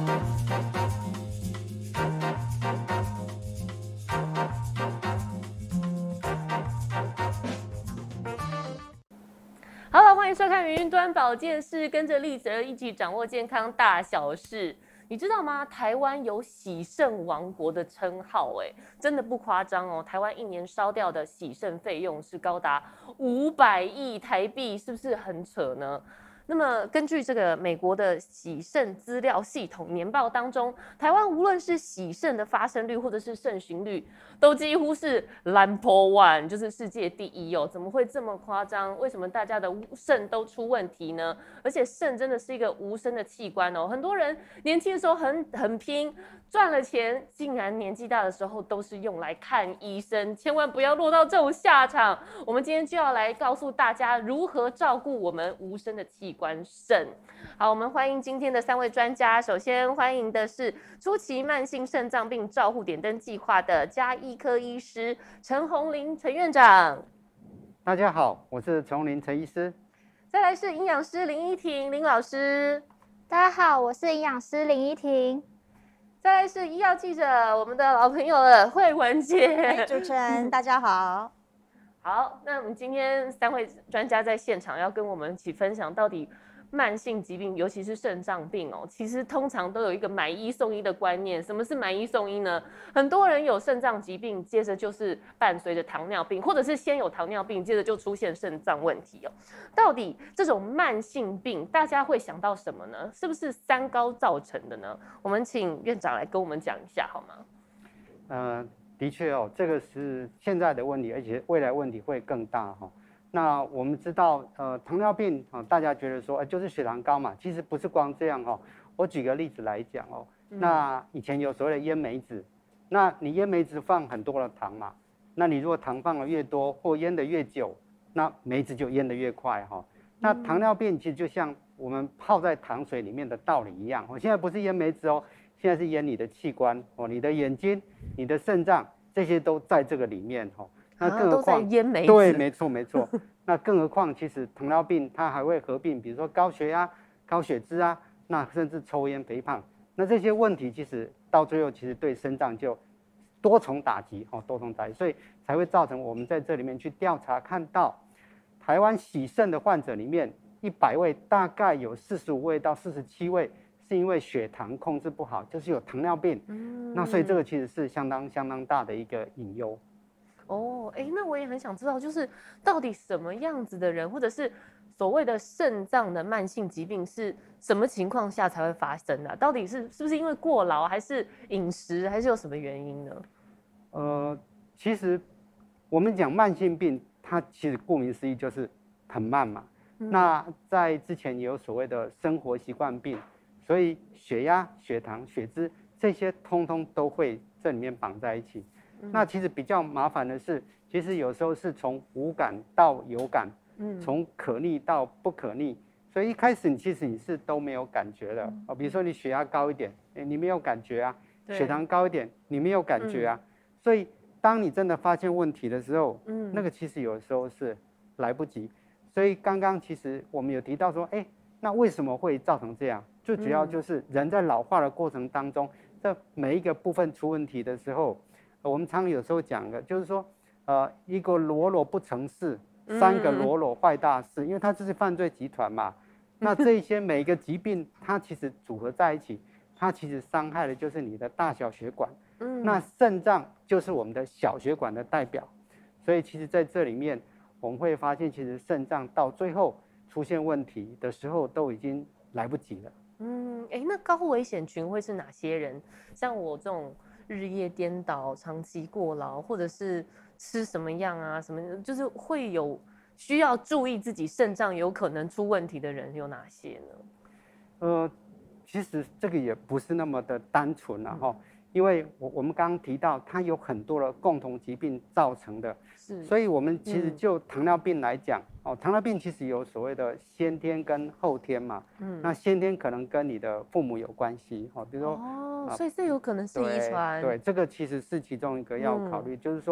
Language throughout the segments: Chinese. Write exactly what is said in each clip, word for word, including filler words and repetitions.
Hello， 欢迎收看《云端保健室》，跟着立泽一起掌握健康大小事。你知道吗？台湾有洗肾王国的称号，哎，真的不夸张哦。台湾一年烧掉的洗肾费用是高达五百亿台币，是不是很扯呢？那么，根据这个美国的洗肾资料系统年报当中，台湾无论是洗肾的发生率或者是肾循率，都几乎是 number one， 就是世界第一哦。怎么会这么夸张？为什么大家的肾都出问题呢？而且肾真的是一个无声的器官哦。很多人年轻的时候很很拼，赚了钱，竟然年纪大的时候都是用来看医生，千万不要落到这种下场。我们今天就要来告诉大家如何照顾我们无声的器官肾。好，我们欢迎今天的三位专家。首先欢迎的是初期慢性肾脏病照护点灯计划的家医科医师陈宏麟陈院长。 大家好，我是陈宏麟陈医师。 再来是营养师林依婷林老师。 大家好，我是营养师林依婷。 再来是医药记者，我们的老朋友了慧文姐。 哎，主持人大家好。 好，那我们今天三位专家在现场要跟我们一起分享，到底慢性疾病，尤其是肾脏病哦，其实通常都有一个买一送一的观念。什么是买一送一呢？很多人有肾脏疾病，接着就是伴随着糖尿病，或者是先有糖尿病，接着就出现肾脏问题哦。到底这种慢性病，大家会想到什么呢？是不是三高造成的呢？我们请院长来跟我们讲一下好吗？ 呃，的确哦，这个是现在的问题，而且未来问题会更大哈。那我们知道，呃，糖尿病啊，大家觉得说，呃，就是血糖高嘛，其实不是光这样哦。我举个例子来讲哦，嗯、那以前有所谓的烟梅子，那你烟梅子放很多的糖嘛，那你如果糖放的越多，或腌的越久，那梅子就腌的越快哈。那糖尿病其实就像我们泡在糖水里面的道理一样，我现在不是腌梅子哦，现在是腌你的器官哦，你的眼睛、你的肾脏，这些都在这个里面哈。那更何况、 啊、都在腌梅子。 对，没错没错。那更何况，其实糖尿病它还会合并，比如说高血压、高血脂啊，那甚至抽烟、肥胖，那这些问题其实到最后其实对肾脏就多重打击哦，多重打击，所以才会造成我们在这里面去调查看到，台湾洗肾的患者里面，一百位大概有四十五位到四十七位是因为血糖控制不好，就是有糖尿病。嗯，那所以这个其实是相当相当大的一个隐忧。 哦，哎，那我也很想知道，就是到底什么样子的人，或者是所谓的肾脏的慢性疾病是什么情况下才会发生的、啊？到底是是不是因为过劳，还是饮食，还是有什么原因呢？ 呃，其实我们讲慢性病，它其实顾名思义就是很慢嘛。嗯、那在之前也有所谓的生活习惯病，所以血压、血糖、血脂这些通通都会这里面绑在一起。那其实比较麻烦的是，其实有时候是从无感到有感，嗯，从可逆到不可逆，所以一开始你其实你是都没有感觉的啊。比如说你血压高一点，哎，你没有感觉啊；血糖高一点，你没有感觉啊。嗯、所以当你真的发现问题的时候，嗯，那个其实有时候是来不及。所以刚刚其实我们有提到说，哎，那为什么会造成这样？最主要就是人在老化的过程当中，这每一个部分出问题的时候。我们常有时候讲的，就是说，呃，一个罗罗不成事，三个罗罗坏大事，因为它这是犯罪集团嘛。那这些每一个疾病，它其实组合在一起，它其实伤害的就是你的大小血管。嗯，那肾脏就是我们的小血管的代表，所以其实在这里面，我们会发现，其实肾脏到最后出现问题的时候，都已经来不及了。 嗯，哎，那高危险群会是哪些人？像我这种。日夜颠倒、长期过劳，或者是吃什么样啊，什么就是会有需要注意自己肾脏有可能出问题的人有哪些呢？ 呃，其实这个也不是那么的单纯了哈，嗯、因为我我们刚刚提到，它有很多的共同疾病造成的，是，所以我们其实就糖尿病来讲，嗯、哦，糖尿病其实有所谓的先天跟后天嘛，嗯，那先天可能跟你的父母有关系，哦，比如说。 哦，所以这有可能是遗传。 对，这个其实是其中一个要考虑，嗯、就是说，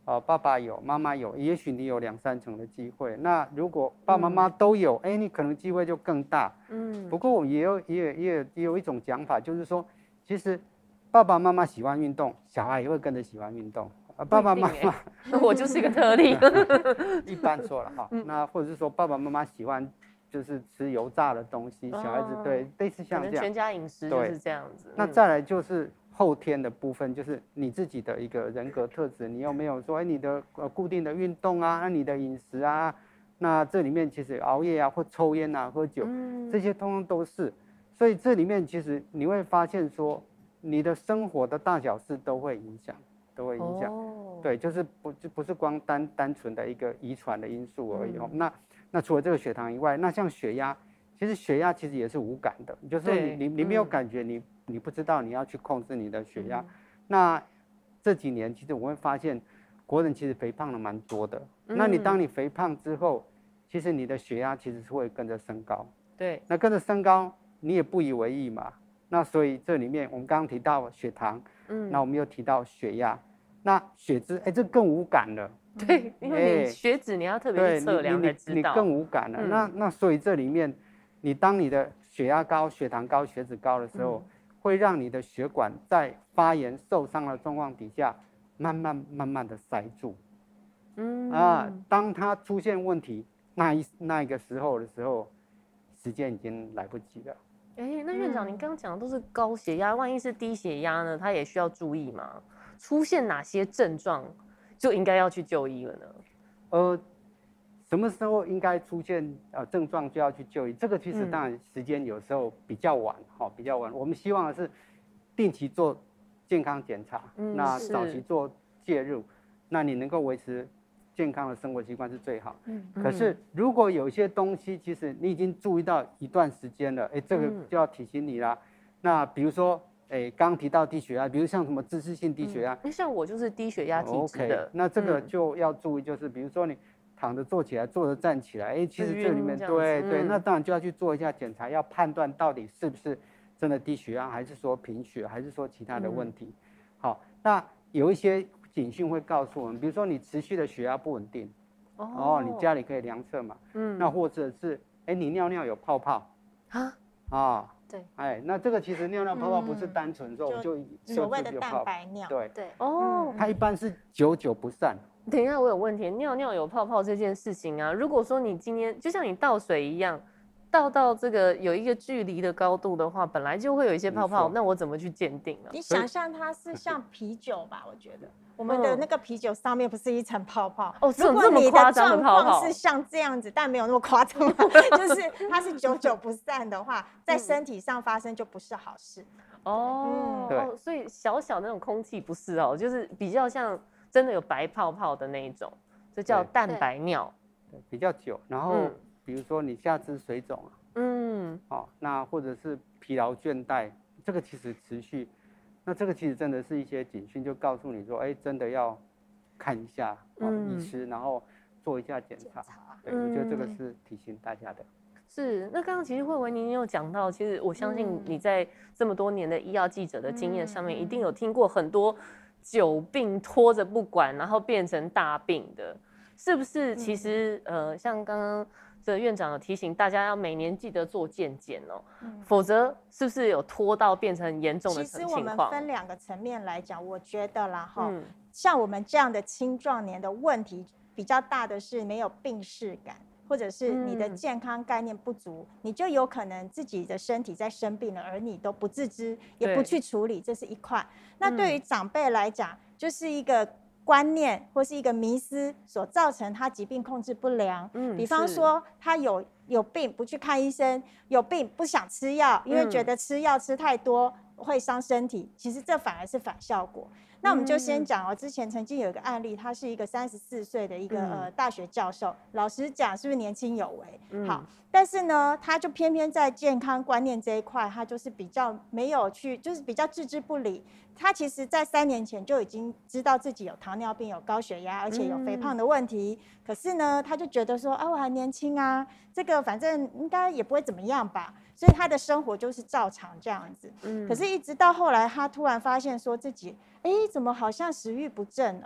呃，爸爸有，妈妈有，也许你有两三成的机会。那如果爸爸妈妈都有，哎、嗯，你可能机会就更大。嗯，不过也有也有也有也有一种讲法，就是说，其实爸爸妈妈喜欢运动，小孩也会跟着喜欢运动。啊，爸爸妈妈， 我就是一个特例。 一般说了哈，嗯、那或者是说爸爸妈妈喜欢就是吃油炸的东西，小孩子对类似像这样， 全家饮食就是这样子。 那再来就是后天的部分，就是你自己的一个人格特质，你有没有说，哎，你的呃固定的运动啊，那你的饮食啊，那这里面其实熬夜啊，或抽烟啊，喝酒，嗯、这些通通都是。所以这里面其实你会发现说，你的生活的大小事都会影响。都会影响，哦、对，就是不就不是光单单纯的一个遗传的因素而已哦。嗯、那那除了这个血糖以外，那像血压，其实血压其实也是无感的，就是说你你你没有感觉，嗯、你你不知道你要去控制你的血压。嗯、那这几年其实我会发现，国人其实肥胖了蛮多的。嗯、那你当你肥胖之后，其实你的血压其实是会跟着升高。 对， 那跟着升高，你也不以为意嘛。那所以这里面我们刚刚提到血糖。嗯，那我们又提到血压，那血脂，哎，这更无感了。 对，因为你血脂你要特别去测量才知道， 你你更无感了。嗯、那那所以这里面，你当你的血压高、血糖高、血脂高的时候，嗯、会让你的血管在发炎受伤的状况底下，慢慢慢慢的塞住。嗯啊，当它出现问题那一那一个时候的时候，时间已经来不及了。 哎，那院长，您刚刚讲的都是高血压，万一是低血压呢？他也需要注意吗？出现哪些症状就应该要去就医了呢？ 呃，什么时候应该出现呃症状就要去就医？这个其实当然时间有时候比较晚，哈、嗯，比较晚。我们希望的是定期做健康检查，嗯、那早期做介入，那你能够维持健康的生活习惯是最好。嗯，可是如果有一些东西，其实你已经注意到一段时间了，哎，这个就要提醒你啦。嗯、那比如说，哎，刚提到低血压，比如像什么姿势性低血压， 嗯、像我就是低血压体质的。 OK， 那这个就要注意，就是比如说你躺着坐起来，坐着站起来，哎，其实这里面对对，那当然就要去做一下检查，要判断到底是不是真的低血压，还是说贫血，还是说其他的问题。嗯、好，那有一些警讯会告诉我们，比如说你持续的血压不稳定，哦，哦你家里可以量测嘛，嗯，那或者是哎你尿尿有泡泡，啊，啊，对，哎，那这个其实尿尿泡泡不是单纯说就所谓的蛋白尿， 对对， 哦，它一般是久久不散。 等一下，我有问题，尿尿有泡泡这件事情啊，如果说你今天就像你倒水一样。倒到这个有一个距离的高度的话，本来就会有一些泡泡，那我怎么去鉴定呢？ 你想象它是像啤酒吧，我觉得我们的那个啤酒上面不是一层泡泡哦，如果你的状况是像这样子，但没有那么夸张，就是它是久久不散的话，在身体上发生就不是好事。 哦，嗯、哦，所以小小那种空气不是哦，就是比较像真的有白泡泡的那一种，这叫蛋白尿， 对，比较久，然后。嗯比如说你下肢水肿啊，嗯，好、哦，那或者是疲劳倦怠，这个其实持续，那这个其实真的是一些警讯，就告诉你说，哎，真的要看一下哦，医师，然后做一下检查。对，我觉得这个是提醒大家的。 是，那刚刚其实慧文您有讲到，其实我相信你在这么多年的医药记者的经验上面，一定有听过很多久病拖着不管，然后变成大病的，是不是？其实呃，像刚刚。这院长有提醒大家要每年记得做健检哦，嗯、否则是不是有拖到变成很严重的情况？ 其实我们分两个层面来讲，我觉得啦哈，嗯、像我们这样的青壮年的问题比较大的是没有病识感，或者是你的健康概念不足，嗯、你就有可能自己的身体在生病了，而你都不自知，也不去处理，这是一块。那对于长辈来讲，就是一个。观念或是一个迷思所造成他疾病控制不良，嗯，比方说他有有病不去看医生，有病不想吃药，因为觉得吃药吃太多会伤身体，其实这反而是反效果。那我们就先讲哦，之前曾经有一个案例，他是一个三十四岁的一个、嗯、呃大学教授，老实讲是不是年轻有为？嗯、好，但是呢，他就偏偏在健康观念这一块，他就是比较没有去，就是比较置之不理。他其实在三年前就已经知道自己有糖尿病、有高血压，而且有肥胖的问题。嗯、可是呢，他就觉得说，啊，我还年轻啊，这个反正应该也不会怎么样吧。所以他的生活就是照常这样子。嗯、可是，一直到后来，他突然发现说自己，哎，怎么好像食欲不振了？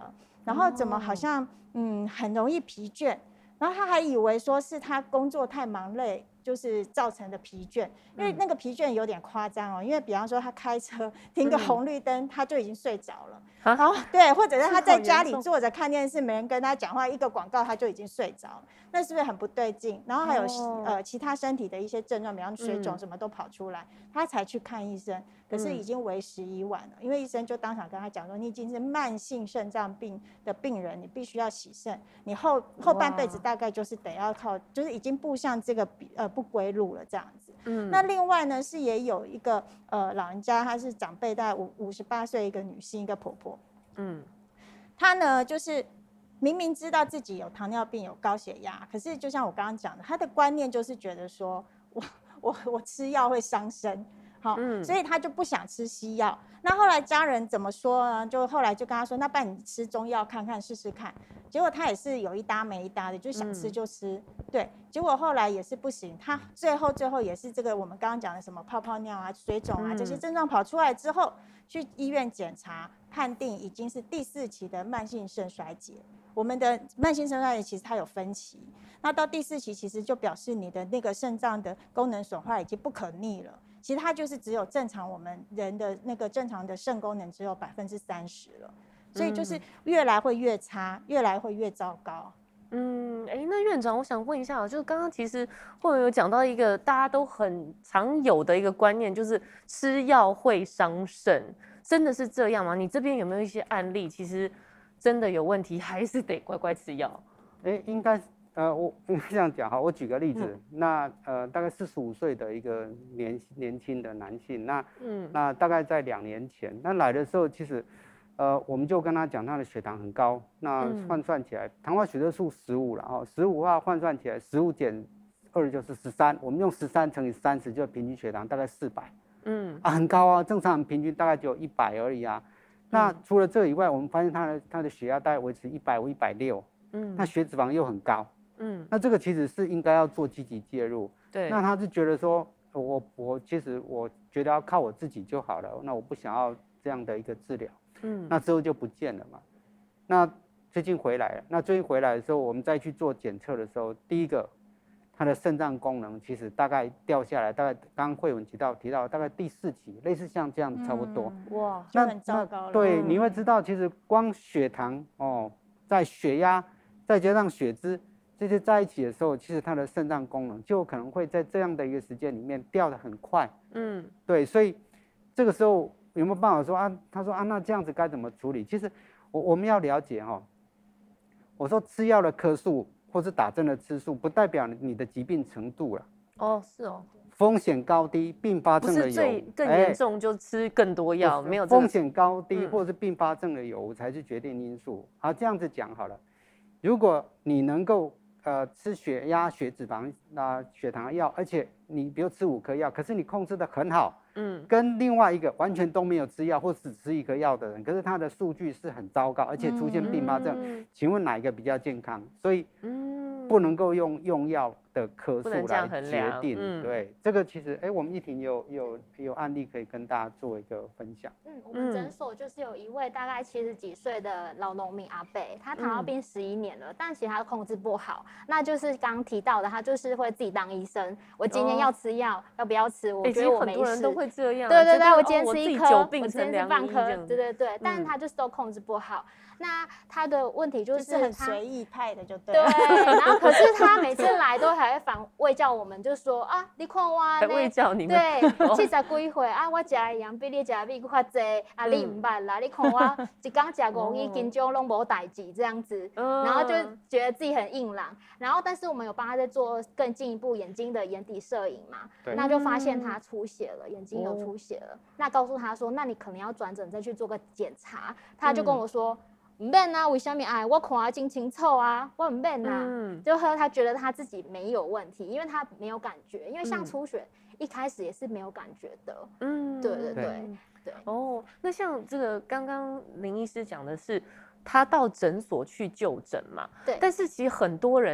然后怎么好像嗯很容易疲倦，然后他还以为说是他工作太忙累。就是造成的疲倦，因为那个疲倦有点夸张哦。因为比方说他开车停个红绿灯，他就已经睡着了。然后对，或者是他在家里坐着看电视，没人跟他讲话，一个广告他就已经睡着了，那是不是很不对劲？然后还有、哦、呃其他身体的一些症状，比方水肿什么都跑出来，嗯、他才去看医生。可是已经为时已晚了，因为医生就当场跟他讲说，你已经是慢性肾脏病的病人，你必须要洗肾，你后后半辈子大概就是得要靠，就是已经步向这个呃不归路了这样子。嗯，那另外呢是也有一个呃老人家，她是长辈，大概五五十八岁一个女性，一个婆婆。嗯，她呢就是明明知道自己有糖尿病、有高血压，可是就像我刚刚讲的，她的观念就是觉得说我我我吃药会伤身。好，嗯、所以他就不想吃西药。那后来家人怎么说呢？就后来就跟他说，那不然你吃中药看看试试看。结果他也是有一搭没一搭的，就想吃就吃。嗯、对，结果后来也是不行。他最后最后也是这个我们刚刚讲的什么泡泡尿啊、水肿啊、嗯、这些症状跑出来之后，去医院检查，判定已经是第四期的慢性肾衰竭。我们的慢性肾衰竭其实它有分期，那到第四期其实就表示你的那个肾脏的功能损坏已经不可逆了。其实它就是只有正常我们人的那个正常的肾功能只有百分之三十了，所以就是越来会越差，越来会越糟糕。 嗯，哎、欸，那院长，我想问一下，就是刚刚其实后面有讲到一个大家都很常有的一个观念，就是吃药会伤肾，真的是这样吗？你这边有没有一些案例，其实真的有问题，还是得乖乖吃药？ 哎、欸，应该。呃，我应该这样讲哈，我举个例子，嗯、那呃，大概四十五岁的一个年年轻的男性，那嗯，那大概在两年前，那来的时候，其实，呃，我们就跟他讲他的血糖很高，那换算起来，糖化血色素十五了哈，十五的话换算起来，十五减二就是十三，我们用十三乘以三十，就平均血糖大概四百，嗯，啊，很高啊，正常平均大概只有一百而已啊。那除了这以外，我们发现他的他的血压大概维持一百五、一百六，嗯，那血脂肪又很高。嗯，那这个其实是应该要做积极介入。对，那他是觉得说，我我其实我觉得要靠我自己就好了，那我不想要这样的一个治疗。嗯，那之后就不见了嘛。那最近回来了，那最近回来的时候，我们再去做检测的时候，第一个，他的肾脏功能其实大概掉下来，大概刚刚慧文提到提到大概第四期，类似像这样差不多。 嗯、哇，那很糟糕了。 对，你会知道，其实光血糖哦，在血压再加上血脂。这些在一起的时候，其实它的肾脏功能就可能会在这样的一个时间里面掉得很快。嗯，对，所以这个时候有没有办法说啊？他说啊，那这样子该怎么处理？其实我我们要了解哈、哦，我说吃药的颗数或是打针的次数，不代表你的疾病程度了。 哦，是哦。 风险高低，并发症的有， 不是最更严重就吃更多药，没有、这个、风险高低或是并发症的有才是决定因素。好，这样子讲好了，如果你能够呃，吃血压、血脂肪、那、呃、血糖药，而且你比如吃五颗药，可是你控制得很好，嗯，跟另外一个完全都没有吃药或只吃一颗药的人，可是他的数据是很糟糕，而且出现并发症，嗯、请问哪一个比较健康？所以，嗯，不能够用用药的颗数来决定。嗯、对，这个其实，哎、欸，我们一婷有有有案例可以跟大家做一个分享。 嗯，我们诊所就是有一位大概七十几岁的老农民阿伯，他糖尿病十一年了，嗯、但其实他控制不好。那就是刚刚提到的，他就是会自己当医生。我今天要吃药，哦、要不要吃？我觉得我没事。 很多人都会这样。 对对对，我今天吃一颗， 哦、我, 我今天吃半颗。对对对，嗯、但是他就是都控制不好。那他的问题就是、 就是很随意派的，就对。 对，然后可是他每次来都还会反胃叫我们，就说啊，你看我还胃叫你们。 对，七十几岁啊，我吃的营比你吃的比较多啊，你唔捌啦，你看我一天吃五亿斤钟拢无代志这样子，然后就觉得自己很硬朗。然后，但是我们有帮他在做更进一步眼睛的眼底摄影嘛，那就发现他出血了，眼睛有出血了。那告诉他说，那你可能要转诊再去做个检查。他就跟我说。唔免啊，为什么哎？我看啊真清楚啊，我唔免啊。嗯、就和他觉得他自己没有问题，因为他没有感觉，因为像出血、嗯、一开始也是没有感觉的。嗯，对对对 对, 对。 哦，那像这个刚刚林医师讲的是，他到诊所去就诊嘛。 对。 但是其实很多人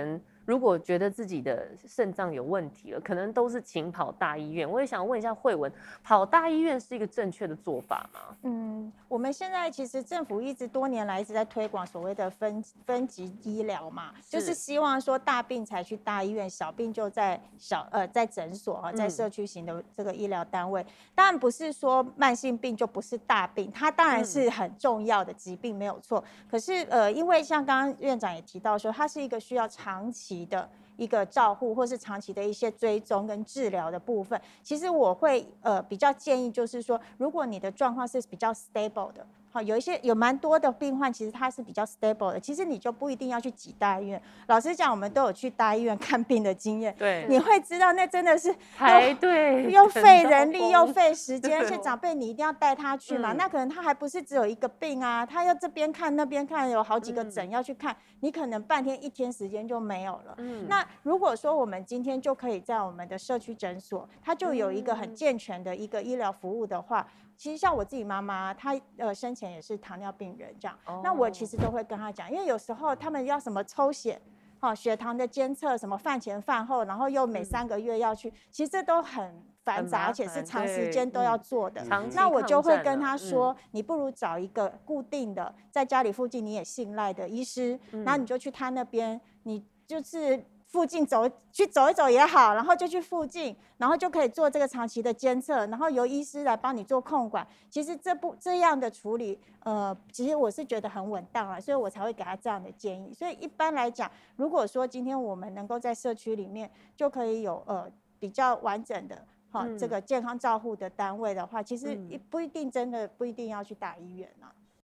如果觉得自己的肾脏有问题了，可能都是请跑大医院。我也想问一下慧文，跑大医院是一个正确的做法吗？ 嗯，我们现在其实政府一直多年来一直在推广所谓的分分级医疗嘛，是就是希望说大病才去大医院，小病就在小呃在诊所啊，在社区型的这个医疗单位。嗯、当然不是说慢性病就不是大病，它当然是很重要的疾病，没有错。可是呃，因为像刚刚院长也提到说，它是一个需要长期的一个照护，或是长期的一些追踪跟治疗的部分，其实我会呃比较建议，就是说，如果你的状况是比较 stable 的。好，有一些有蛮多的病患，其实他是比较 stable 的，其实你就不一定要去挤大医院。老实讲，我们都有去大医院看病的经验， 对， 你会知道那真的是排队， 又费人力又费时间，而且长辈你一定要带他去嘛，嗯、那可能他还不是只有一个病啊，他要这边看那边看，有好几个诊要去看，嗯、你可能半天一天时间就没有了。嗯、那如果说我们今天就可以在我们的社区诊所，它就有一个很健全的一个医疗服务的话。其实像我自己妈妈，她呃生前也是糖尿病人这样， oh. 那我其实都会跟她讲，因为有时候他们要什么抽血，哦血糖的监测，什么饭前饭后，然后又每三个月要去，嗯、其实这都很繁杂，而且是长时间都要做的。嗯、那我就会跟她说，嗯、你不如找一个固定的，在家里附近你也信赖的医师，嗯、然后你就去他那边，你就是。附近走去走一走也好，然后就去附近，然后就可以做这个长期的监测，然后由医师来帮你做控管。其实这不这样的处理，呃，其实我是觉得很稳当了，所以我才会给他这样的建议。所以一般来讲，如果说今天我们能够在社区里面就可以有呃比较完整的哈、嗯、这个健康照护的单位的话，其实不一定真的不一定要去大医院啊。